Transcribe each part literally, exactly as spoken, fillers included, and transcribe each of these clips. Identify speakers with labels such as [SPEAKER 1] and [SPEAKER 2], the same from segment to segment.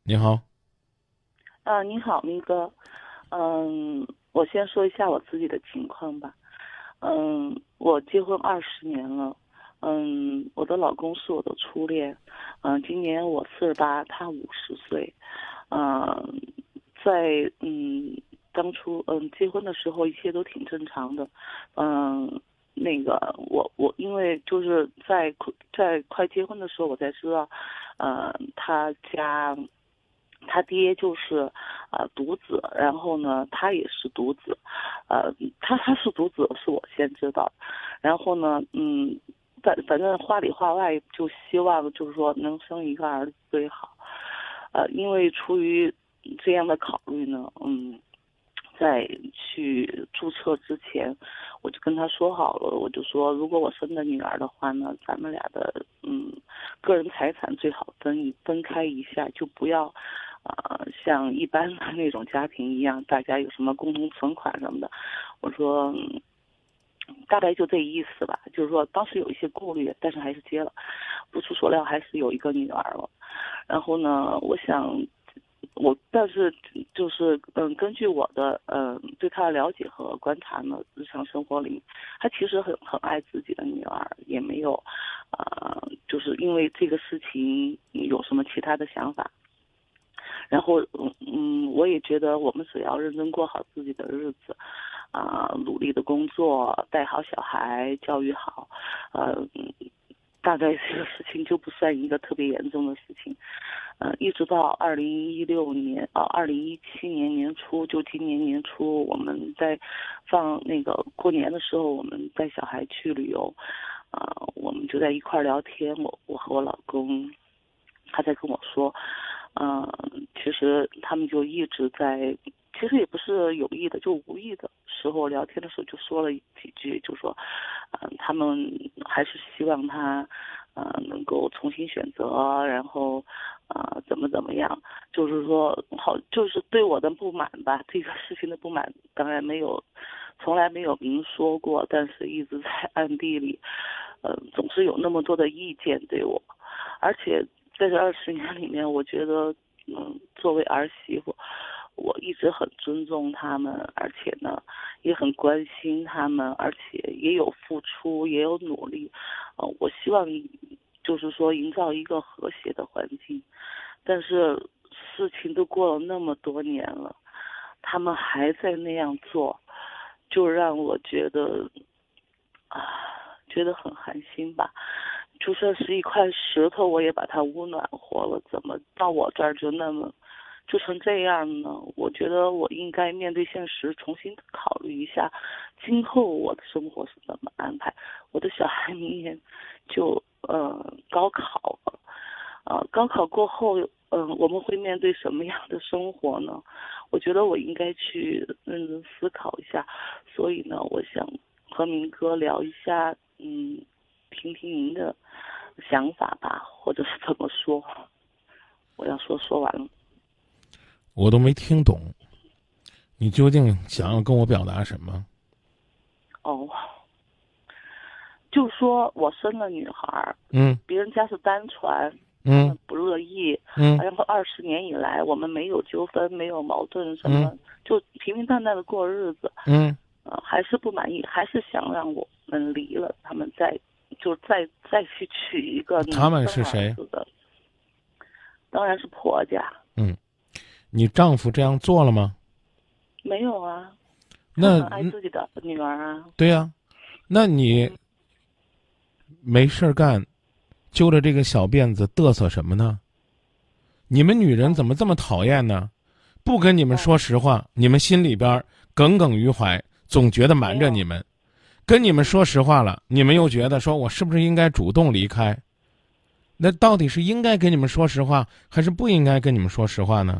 [SPEAKER 1] 你好。
[SPEAKER 2] 啊，你好，明哥。嗯，我先说一下我自己的情况吧。嗯，我结婚二十年了。嗯，我的老公是我的初恋。嗯，今年我四十八，他五十岁。嗯，在嗯当初嗯结婚的时候，一切都挺正常的。嗯，那个我我因为就是在快在快结婚的时候，我才知道，呃，他家。他爹就是呃独子，然后呢，他也是独子。呃，他他是独子，是我先知道。然后呢，嗯，反反正话里话外就希望就是说能生一个儿子最好。呃，因为出于这样的考虑呢，嗯，在去注册之前，我就跟他说好了，我就说如果我生的女儿的话呢，咱们俩的嗯个人财产最好分一分开一下，就不要。呃，像一般的那种家庭一样，大家有什么共同存款什么的，我说，嗯大概就这意思吧。就是说，当时有一些顾虑，但是还是结了。不出所料，还是有一个女儿了。然后呢，我想，我但是就是嗯，根据我的嗯对他的了解和观察呢，日常生活里，他其实很很爱自己的女儿，也没有，呃，就是因为这个事情有什么其他的想法。然后，嗯嗯，我也觉得我们只要认真过好自己的日子，啊、努力的工作，带好小孩，教育好，呃，嗯大概这个事情就不算一个特别严重的事情。呃，一直到二零一六年，啊，二零一七年年初，就今年年初，我们在放那个过年的时候，我们带小孩去旅游，啊、我们就在一块儿聊天，我我和我老公，他在跟我说。嗯，其实他们就一直在，其实也不是有意的，就无意的时候聊天的时候就说了几句，就说，嗯，他们还是希望他，呃，能够重新选择，然后，呃，怎么怎么样，就是说好，就是对我的不满吧，这个事情的不满，当然没有，从来没有明说过，但是一直在暗地里，呃，总是有那么多的意见对我。而且在这二十年里面，我觉得，嗯，作为儿媳妇，我一直很尊重他们，而且呢，也很关心他们，而且也有付出，也有努力。呃，我希望就是说营造一个和谐的环境。但是事情都过了那么多年了，他们还在那样做，就让我觉得啊，觉得很寒心吧。就算是一块石头，我也把它捂暖和了，怎么到我这儿就那么就成这样呢？我觉得我应该面对现实，重新考虑一下，今后我的生活是怎么安排。我的小孩明年就呃高考了，呃，高考过后，嗯、呃，我们会面对什么样的生活呢？我觉得我应该去认真思考一下。所以呢，我想和明哥聊一下，嗯，听听您的想法吧，或者是怎么说。我要说说完了。
[SPEAKER 1] 我都没听懂，你究竟想要跟我表达什么？
[SPEAKER 2] 哦，就说我生了女孩，
[SPEAKER 1] 嗯
[SPEAKER 2] 别人家是单传，他
[SPEAKER 1] 嗯
[SPEAKER 2] 们不乐意。
[SPEAKER 1] 嗯
[SPEAKER 2] 然后二十年以来，我们没有纠纷，没有矛盾，什
[SPEAKER 1] 嗯
[SPEAKER 2] 么就平平淡淡的过日子。
[SPEAKER 1] 嗯。
[SPEAKER 2] 呃，还是不满意，还是想让我们离了，他们再就再再去娶一个能
[SPEAKER 1] 他们
[SPEAKER 2] 生
[SPEAKER 1] 是谁？
[SPEAKER 2] 儿子的，当然是婆家。
[SPEAKER 1] 嗯，你丈夫这样做了吗？
[SPEAKER 2] 没有啊，他
[SPEAKER 1] 那
[SPEAKER 2] 很爱自己的女儿啊。
[SPEAKER 1] 对呀、那你
[SPEAKER 2] 嗯，
[SPEAKER 1] 没事儿干，揪着这个小辫子嘚瑟什么呢？你们女人
[SPEAKER 2] 哦
[SPEAKER 1] 怎么这么讨厌呢？不跟你们
[SPEAKER 2] 哦，
[SPEAKER 1] 说实话，你们心里边儿耿耿于怀，总觉得瞒
[SPEAKER 2] 没有。
[SPEAKER 1] 着你们；跟你们说实话了，你们又觉得说我是不是应该主动离开？那到底是应该跟你们说实话，还是不应该跟你们说实话呢？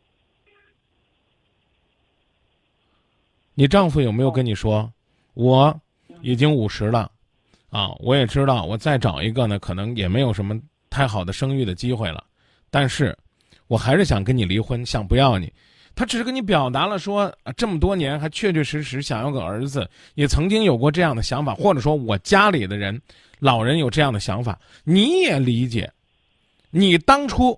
[SPEAKER 1] 你丈夫有没有
[SPEAKER 2] 哦，
[SPEAKER 1] 跟你说，我已
[SPEAKER 2] 嗯
[SPEAKER 1] 经五十了，啊，我也知道我再找一个呢，可能也没有什么太好的生育的机会了，但是，我还是想跟你离婚，想不要你。他只是跟你表达了说，啊这么多年还确确实实想要个儿子，也曾经有过这样的想法，或者说我家里的人，老人有这样的想法，你也理解。你当初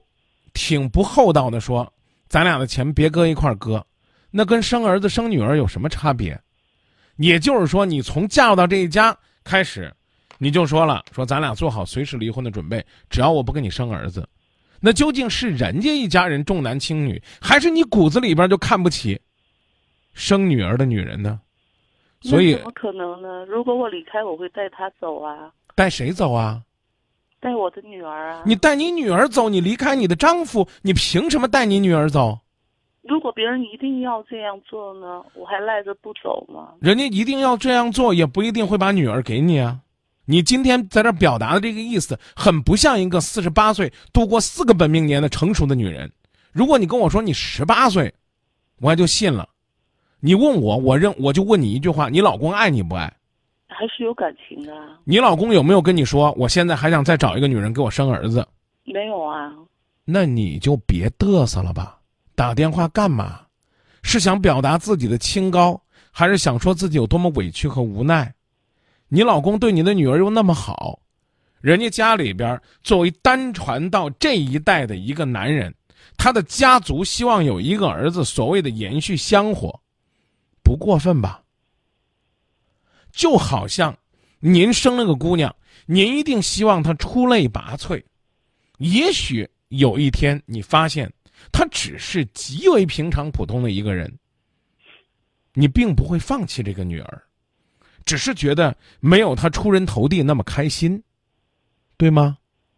[SPEAKER 1] 挺不厚道的说，咱俩的钱别搁一块儿搁，那跟生儿子生女儿有什么差别？也就是说，你从嫁入到这一家开始，你就说了，说咱俩做好随时离婚的准备，只要我不跟你生儿子。那究竟是人家一家人重男轻女，还是你骨子里边就看不起生女儿的女人呢？所以
[SPEAKER 2] 怎么可能呢？如果我离开，我会带她走啊。
[SPEAKER 1] 带谁走啊？
[SPEAKER 2] 带我的女儿啊。
[SPEAKER 1] 你带你女儿走，你离开你的丈夫，你凭什么带你女儿走？
[SPEAKER 2] 如果别人一定要这样做呢，我还赖着不走吗？
[SPEAKER 1] 人家一定要这样做，也不一定会把女儿给你啊。你今天在这表达的这个意思，很不像一个四十八岁度过四个本命年的成熟的女人。如果你跟我说你十八岁，我还就信了。你问我，我认我就问你一句话：你老公爱你不爱？
[SPEAKER 2] 还是有感情的。
[SPEAKER 1] 你老公有没有跟你说，我现在还想再找一个女人给我生儿子？
[SPEAKER 2] 没有啊。
[SPEAKER 1] 那你就别嘚瑟了吧，打电话干嘛？是想表达自己的清高，还是想说自己有多么委屈和无奈？你老公对你的女儿又那么好，人家家里边作为单传到这一代的一个男人，他的家族希望有一个儿子，所谓的延续香火，不过分吧？就好像您生了个姑娘，您一定希望她出类拔萃。也许有一天你发现她只是极为平常普通的一个人，你并不会放弃这个女儿，只是觉得没有她出人头地那么开心，对吗？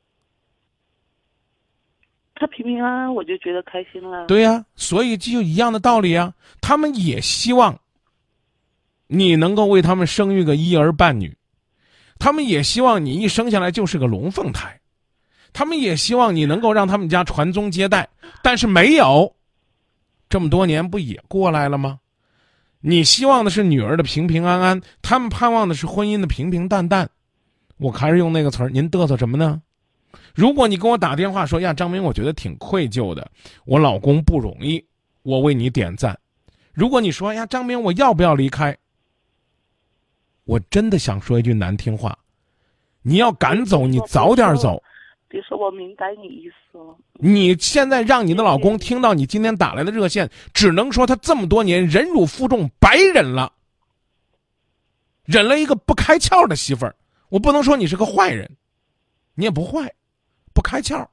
[SPEAKER 2] 她平平安安，我就觉得开心了。
[SPEAKER 1] 对呀、啊，所以就一样的道理啊，他们也希望你能够为他们生育个一儿半女，他们也希望你一生下来就是个龙凤胎，他们也希望你能够让他们家传宗接代，但是没有，这么多年不也过来了吗？你希望的是女儿的平平安安，他们盼望的是婚姻的平平淡淡。我还是用那个词儿，您嘚瑟什么呢？如果你跟我打电话说呀，张明，我觉得挺愧疚的，我老公不容易，我为你点赞。如果你说呀，张明，我要不要离开？我真的想说一句难听话，你要敢走，你早点走。
[SPEAKER 2] 别说，我明白你意思了。
[SPEAKER 1] 你现在让你的老公听到你今天打来的热线，只能说他这么多年忍辱负重，白忍了，忍了一个不开窍的媳妇儿。我不能说你是个坏人，你也不坏，不开窍。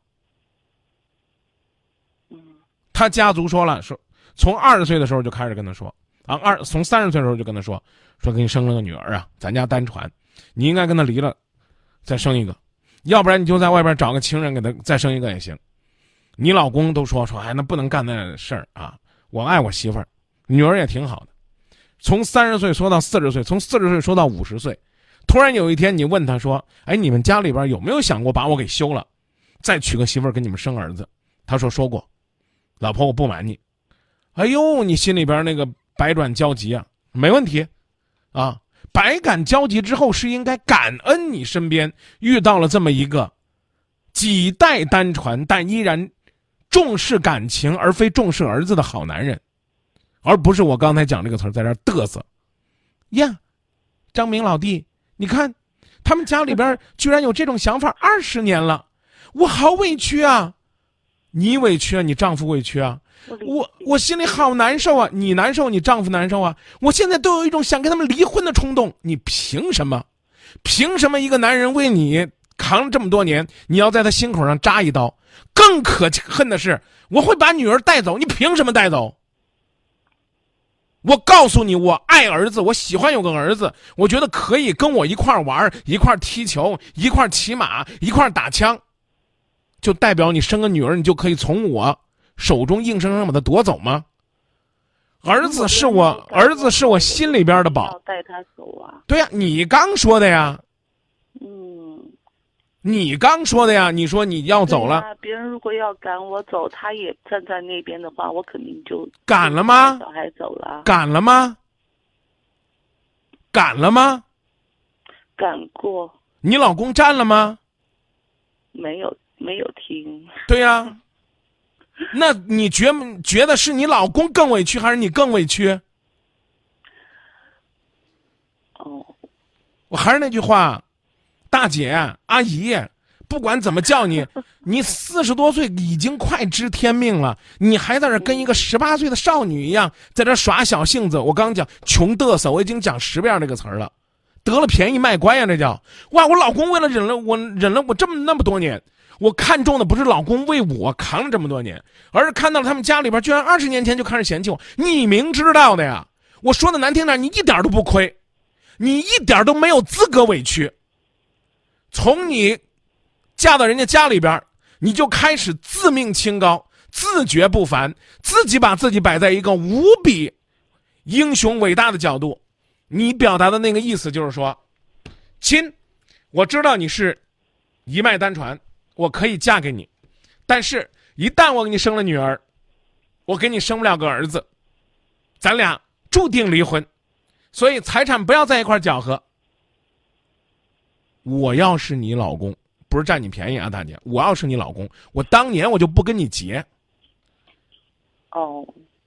[SPEAKER 2] 嗯，
[SPEAKER 1] 他家族说了，说从二十岁的时候就开始跟他说啊，二从三十岁的时候就跟他说，说给你生了个女儿啊，咱家单传，你应该跟他离了，再生一个，要不然你就在外边找个情人给他再生一个也行。你老公都说说，哎，那不能干那事儿啊！我爱我媳妇儿，女儿也挺好的。从三十岁说到四十岁，从四十岁说到五十岁，突然有一天你问他说，哎，你们家里边有没有想过把我给休了，再娶个媳妇儿给你们生儿子？他说说过，老婆我不瞒你。哎呦，你心里边那个百转交集啊，没问题啊，百感交集之后是应该感恩你身边遇到了这么一个几代单传但依然重视感情而非重视儿子的好男人，而不是我刚才讲这个词儿在这儿嘚瑟呀。张明老弟，你看他们家里边居然有这种想法二十年了，我好委屈啊。你委屈啊，你丈夫委屈啊，我我心里好难受啊，你难受，你丈夫难受啊，我现在都有一种想跟他们离婚的冲动。你凭什么？凭什么一个男人为你扛了这么多年，你要在他心口上扎一刀？更可恨的是，我会把女儿带走，你凭什么带走？我告诉你，我爱儿子，我喜欢有个儿子，我觉得可以跟我一块儿玩，一块儿踢球，一块儿骑马，一块儿打枪，就代表你生个女儿，你就可以从我手中硬生生把她夺走吗？儿子是我，儿子是我心里边的宝。
[SPEAKER 2] 要带他走啊！
[SPEAKER 1] 对呀、啊，你刚说的呀。
[SPEAKER 2] 嗯，
[SPEAKER 1] 你刚说的呀，你说你要走了。
[SPEAKER 2] 啊、别人如果要赶我走，他也站在那边的话，我肯定就
[SPEAKER 1] 赶了吗？
[SPEAKER 2] 小孩走了。
[SPEAKER 1] 赶了吗？赶了吗？
[SPEAKER 2] 赶过。
[SPEAKER 1] 你老公站了吗？
[SPEAKER 2] 没有，没有听。
[SPEAKER 1] 对呀、啊。那你觉觉得是你老公更委屈，还是你更委屈？
[SPEAKER 2] 哦，
[SPEAKER 1] 我还是那句话，大姐、阿姨， 不管怎么叫你，你四十多岁已经快知天命了，你还在这跟一个十八岁的少女一样，在这耍小性子。我刚讲穷嘚瑟，我已经讲十遍这个词儿了，得了便宜卖乖呀，这叫哇！我老公为了忍了我忍了我这么那么多年，我看中的不是老公为我扛了这么多年，而是看到了他们家里边居然二十年前就开始嫌弃我。你明知道的呀，我说的难听点，你一点都不亏，你一点都没有资格委屈。从你嫁到人家家里边，你就开始自命清高，自觉不凡，自己把自己摆在一个无比英雄伟大的角度。你表达的那个意思就是说，亲，我知道你是一脉单传，我可以嫁给你，但是一旦我给你生了女儿，我给你生不了个儿子，咱俩注定离婚，所以财产不要在一块搅和。我要是你老公，不是占你便宜啊，大姐，我要是你老公，我当年我就不跟你结。
[SPEAKER 2] 哦，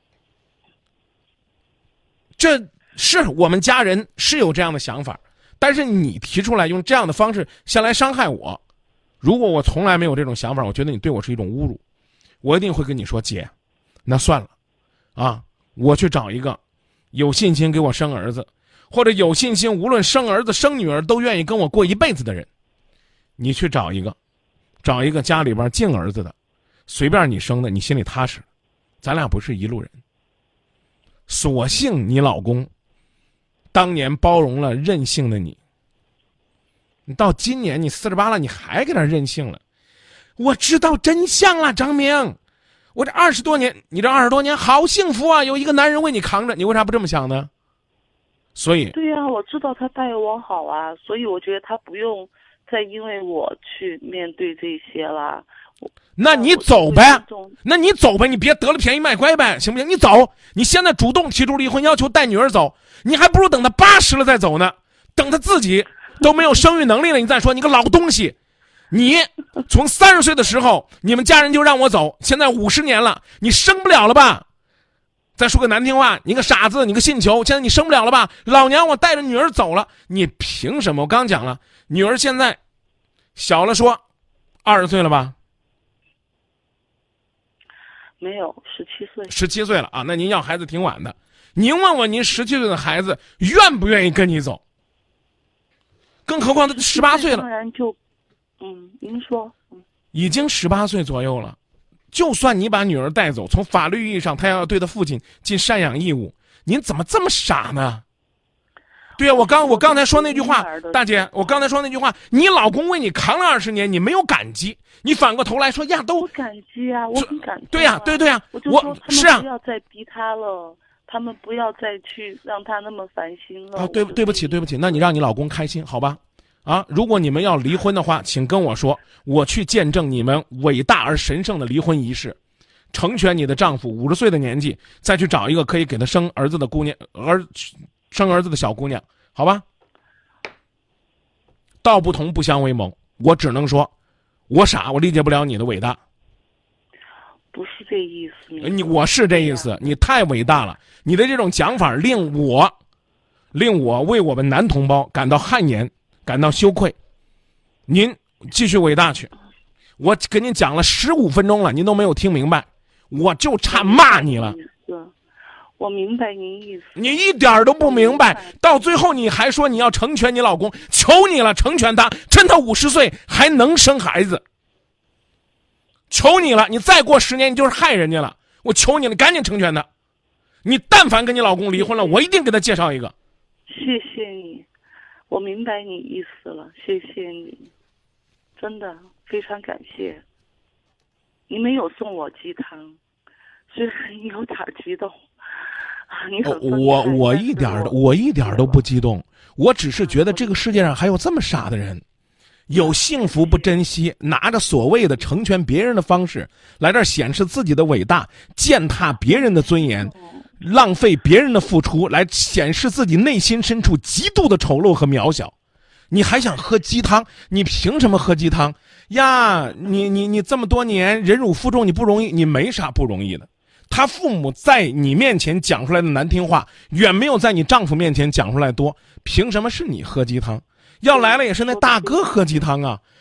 [SPEAKER 1] 这是我们家人是有这样的想法，但是你提出来用这样的方式先来伤害我，如果我从来没有这种想法，我觉得你对我是一种侮辱，我一定会跟你说，姐，那算了啊，我去找一个有信心给我生儿子，或者有信心无论生儿子生女儿都愿意跟我过一辈子的人。你去找一个找一个家里边敬儿子的，随便你生的，你心里踏实，咱俩不是一路人。所幸你老公当年包容了任性的你，你到今年你四十八了，你还给他任性了。我知道真相了，张明，我这二十多年，你这二十多年好幸福啊，有一个男人为你扛着，你为啥不这么想呢？所以
[SPEAKER 2] 对呀、啊，我知道他待我好啊，所以我觉得他不用再因为我去面对这些啦。
[SPEAKER 1] 那你走呗，那你走呗，你别得了便宜卖乖呗，行不行？你走，你现在主动提出离婚，要求带女儿走，你还不如等他八十了再走呢。等他自己都没有生育能力了，你再说，你个老东西！你从三十岁的时候，你们家人就让我走，现在五十年了，你生不了了吧？再说个难听话，你个傻子，你个信球，现在你生不了了吧？老娘我带着女儿走了，你凭什么？我刚讲了，女儿现在小了说二十岁了吧？
[SPEAKER 2] 没有，十七岁。
[SPEAKER 1] 十七岁了啊，那您要孩子挺晚的。您问问您十七岁的孩子愿不愿意跟你走？更何况他十八岁了。
[SPEAKER 2] 当然就，嗯，您说，嗯，
[SPEAKER 1] 已经十八岁左右了。就算你把女儿带走，从法律意义上他要对他父亲尽赡养义务，您怎么这么傻呢？对呀、啊，我刚我刚才说那句话，大姐，我刚才说那句话，你老公为你扛了二十年，你没有感激，你反过头来说呀，都
[SPEAKER 2] 我感激啊，我很感激、啊。
[SPEAKER 1] 对呀、啊，对对呀、啊，
[SPEAKER 2] 我就说
[SPEAKER 1] 是啊，
[SPEAKER 2] 不要再逼他了，他们不要再去让他那么烦心了。
[SPEAKER 1] 啊，对对不起对不起，那你让你老公开心好吧？啊，如果你们要离婚的话，请跟我说，我去见证你们伟大而神圣的离婚仪式，成全你的丈夫五十岁的年纪，再去找一个可以给他生儿子的姑娘，儿生儿子的小姑娘，好吧？道不同不相为谋，我只能说，我傻，我理解不了你的伟大。
[SPEAKER 2] 不是这意思，
[SPEAKER 1] 你我是这意思，你太伟大了，你的这种讲法令我，令我为我们男同胞感到汗颜。感到羞愧，您继续伟大去。我给您讲了十五分钟了，您都没有听明白，我就差骂你了。
[SPEAKER 2] 我明白您意思。
[SPEAKER 1] 你一点都不明白，到最后你还说你要成全你老公，求你了，成全他，趁他五十岁还能生孩子。求你了，你再过十年你就是害人家了。我求你了，赶紧成全他。你但凡跟你老公离婚了，我一定给他介绍一个。
[SPEAKER 2] 谢谢你。我明白你意思了，谢谢你，真的非常感谢。你没有送我鸡汤，虽然你有点激动，啊，你很
[SPEAKER 1] 我我一点的我一点都不激动，我只是觉得这个世界上还有这么傻的人，有幸福不珍惜，拿着所谓的成全别人的方式来这儿显示自己的伟大，践踏别人的尊严。浪费别人的付出来显示自己内心深处极度的丑陋和渺小，你还想喝鸡汤？你凭什么喝鸡汤呀？你你你这么多年忍辱负重，你不容易，你没啥不容易的。他父母在你面前讲出来的难听话，远没有在你丈夫面前讲出来多。凭什么是你喝鸡汤？要来了也是那大哥喝鸡汤啊！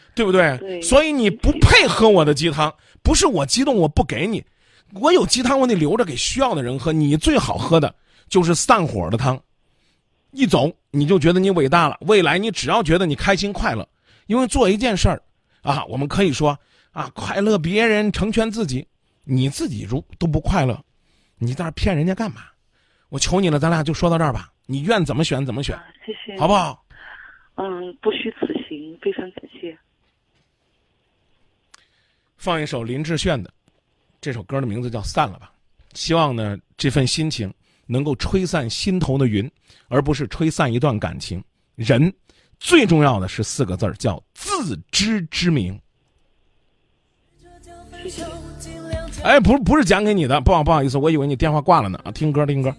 [SPEAKER 1] 对不对？
[SPEAKER 2] 对，
[SPEAKER 1] 所以你不配喝我的鸡汤，不是我激动我不给你，我有鸡汤我得留着给需要的人喝。你最好喝的就是散伙的汤，一走你就觉得你伟大了。未来你只要觉得你开心快乐，因为做一件事儿啊，我们可以说啊，快乐别人，成全自己。你自己如都不快乐，你在那骗人家干嘛？我求你了，咱俩就说到这儿吧。你愿怎么选怎么选，
[SPEAKER 2] 啊、谢谢，
[SPEAKER 1] 好不好？
[SPEAKER 2] 嗯，不虚此行，非常感谢。
[SPEAKER 1] 放一首林志炫的，这首歌的名字叫《散了吧》。希望呢，这份心情能够吹散心头的云，而不是吹散一段感情。人最重要的是四个字儿，叫自知之明。
[SPEAKER 2] 谢谢。
[SPEAKER 1] 哎，不是不是讲给你的，不好不好意思，我以为你电话挂了呢啊！听歌听歌。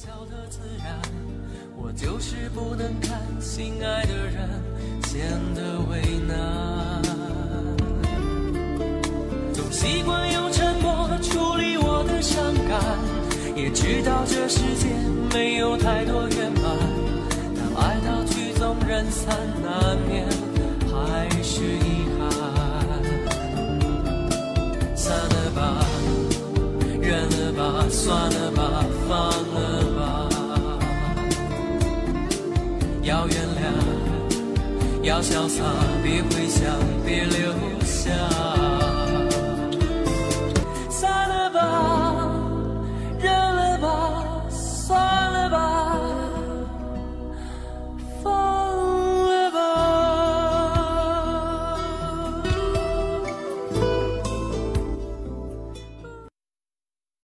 [SPEAKER 3] 我就是不能看心爱的人显得为难，总习惯用沉默处理我的伤感，也知道这世界没有太多圆满，当爱到曲终人散，难免还是遗憾。散了吧，忍了吧，算了吧，放了吧，要原谅，要潇洒，别回想，别留下。散了